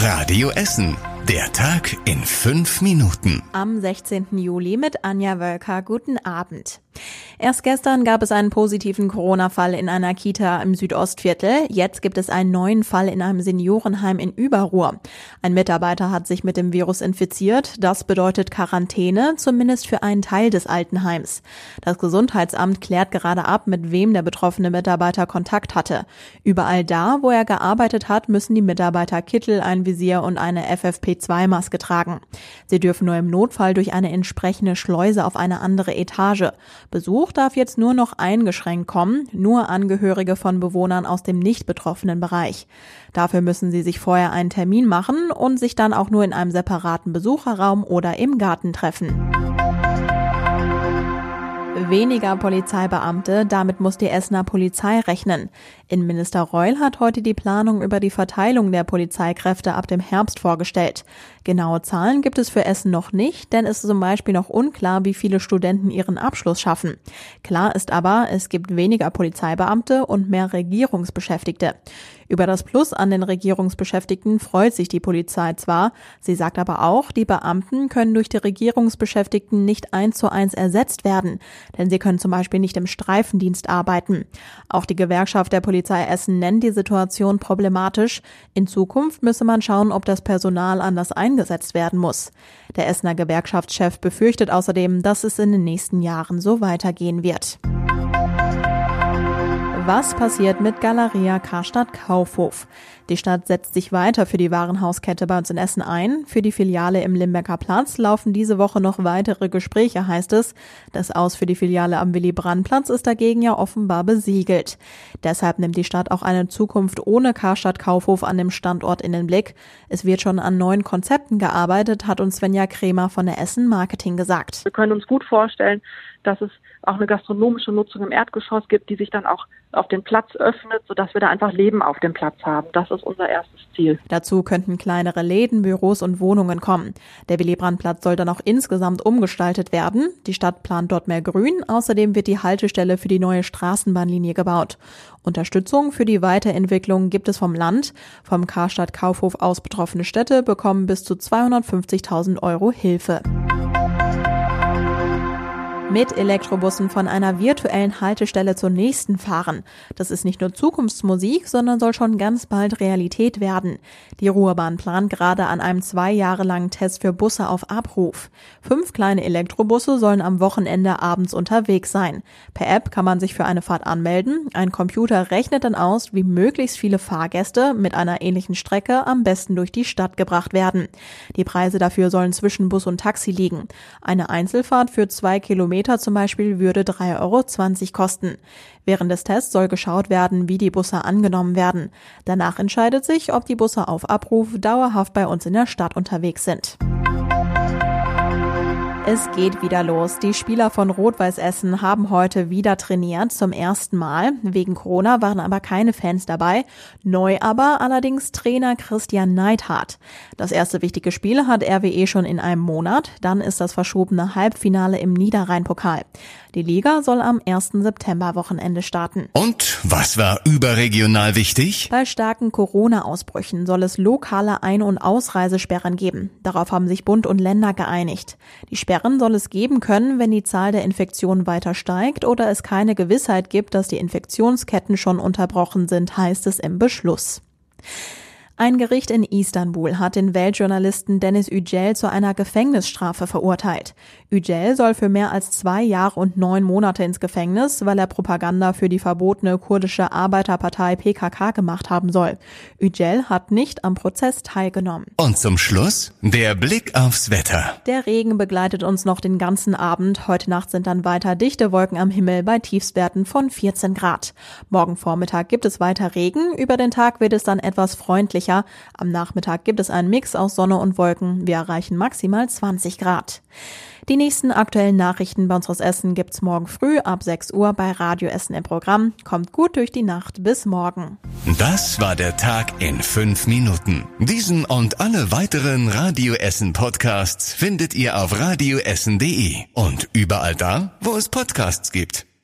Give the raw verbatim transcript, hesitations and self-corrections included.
Radio Essen. Der Tag in fünf Minuten. Am sechzehnten Juli mit Anja Wölker. Guten Abend. Erst gestern gab es einen positiven Corona-Fall in einer Kita im Südostviertel. Jetzt gibt es einen neuen Fall in einem Seniorenheim in Überruhr. Ein Mitarbeiter hat sich mit dem Virus infiziert. Das bedeutet Quarantäne, zumindest für einen Teil des Altenheims. Das Gesundheitsamt klärt gerade ab, mit wem der betroffene Mitarbeiter Kontakt hatte. Überall da, wo er gearbeitet hat, müssen die Mitarbeiter Kittel, ein Visier und eine F F P zwei Maske tragen. Sie dürfen nur im Notfall durch eine entsprechende Schleuse auf eine andere Etage. Besuch darf jetzt nur noch eingeschränkt kommen, nur Angehörige von Bewohnern aus dem nicht betroffenen Bereich. Dafür müssen sie sich vorher einen Termin machen und sich dann auch nur in einem separaten Besucherraum oder im Garten treffen. Weniger Polizeibeamte, damit muss die Essener Polizei rechnen. Innenminister Reul hat heute die Planung über die Verteilung der Polizeikräfte ab dem Herbst vorgestellt. Genaue Zahlen gibt es für Essen noch nicht, denn es ist zum Beispiel noch unklar, wie viele Studenten ihren Abschluss schaffen. Klar ist aber, es gibt weniger Polizeibeamte und mehr Regierungsbeschäftigte. Über das Plus an den Regierungsbeschäftigten freut sich die Polizei zwar, sie sagt aber auch, die Beamten können durch die Regierungsbeschäftigten nicht eins zu eins ersetzt werden, denn sie können zum Beispiel nicht im Streifendienst arbeiten. Auch die Gewerkschaft der Polizei Essen nennt die Situation problematisch. In Zukunft müsse man schauen, ob das Personal anders eingesetzt werden muss. Der Essener Gewerkschaftschef befürchtet außerdem, dass es in den nächsten Jahren so weitergehen wird. Was passiert mit Galeria Karstadt Kaufhof? Die Stadt setzt sich weiter für die Warenhauskette bei uns in Essen ein. Für die Filiale im Limbecker Platz laufen diese Woche noch weitere Gespräche, heißt es. Das Aus für die Filiale am Willy-Brandt-Platz ist dagegen ja offenbar besiegelt. Deshalb nimmt die Stadt auch eine Zukunft ohne Karstadt Kaufhof an dem Standort in den Blick. Es wird schon an neuen Konzepten gearbeitet, hat uns Svenja Kremer von der Essen Marketing gesagt. Wir können uns gut vorstellen, dass es auch eine gastronomische Nutzung im Erdgeschoss gibt, die sich dann auch auf den Platz öffnet, sodass wir da einfach Leben auf dem Platz haben. Das ist unser erstes Ziel. Dazu könnten kleinere Läden, Büros und Wohnungen kommen. Der Willy-Brandt-Platz soll dann auch insgesamt umgestaltet werden. Die Stadt plant dort mehr Grün. Außerdem wird die Haltestelle für die neue Straßenbahnlinie gebaut. Unterstützung für die Weiterentwicklung gibt es vom Land. Vom Karstadt Kaufhof aus betroffene Städte bekommen bis zu zweihundertfünfzigtausend Euro Hilfe. Mit Elektrobussen von einer virtuellen Haltestelle zur nächsten fahren. Das ist nicht nur Zukunftsmusik, sondern soll schon ganz bald Realität werden. Die Ruhrbahn plant gerade an einem zwei Jahre langen Test für Busse auf Abruf. Fünf kleine Elektrobusse sollen am Wochenende abends unterwegs sein. Per App kann man sich für eine Fahrt anmelden. Ein Computer rechnet dann aus, wie möglichst viele Fahrgäste mit einer ähnlichen Strecke am besten durch die Stadt gebracht werden. Die Preise dafür sollen zwischen Bus und Taxi liegen. Eine Einzelfahrt für zwei Kilometer zum Beispiel würde drei Euro zwanzig kosten. Während des Tests soll geschaut werden, wie die Busse angenommen werden. Danach entscheidet sich, ob die Busse auf Abruf dauerhaft bei uns in der Stadt unterwegs sind. Es geht wieder los. Die Spieler von Rot-Weiß Essen haben heute wieder trainiert, zum ersten Mal. Wegen Corona waren aber keine Fans dabei. Neu aber allerdings Trainer Christian Neidhardt. Das erste wichtige Spiel hat R W E schon in einem Monat. Dann ist das verschobene Halbfinale im Niederrhein-Pokal. Die Liga soll am ersten September-Wochenende starten. Und was war überregional wichtig? Bei starken Corona-Ausbrüchen soll es lokale Ein- und Ausreisesperren geben. Darauf haben sich Bund und Länder geeinigt. Die Sperren soll es geben können, wenn die Zahl der Infektionen weiter steigt oder es keine Gewissheit gibt, dass die Infektionsketten schon unterbrochen sind, heißt es im Beschluss. Ein Gericht in Istanbul hat den Weltjournalisten Deniz Yücel zu einer Gefängnisstrafe verurteilt. Yücel soll für mehr als zwei Jahre und neun Monate ins Gefängnis, weil er Propaganda für die verbotene kurdische Arbeiterpartei P K K gemacht haben soll. Yücel hat nicht am Prozess teilgenommen. Und zum Schluss der Blick aufs Wetter. Der Regen begleitet uns noch den ganzen Abend. Heute Nacht sind dann weiter dichte Wolken am Himmel bei Tiefstwerten von vierzehn Grad. Morgen Vormittag gibt es weiter Regen. Über den Tag wird es dann etwas freundlicher. Am Nachmittag gibt es einen Mix aus Sonne und Wolken. Wir erreichen maximal zwanzig Grad. Die nächsten aktuellen Nachrichten bei uns aus Essen gibt's morgen früh ab sechs Uhr bei Radio Essen im Programm. Kommt gut durch die Nacht. Bis morgen. Das war der Tag in fünf Minuten. Diesen und alle weiteren Radio Essen Podcasts findet ihr auf radioessen punkt de und überall da, wo es Podcasts gibt.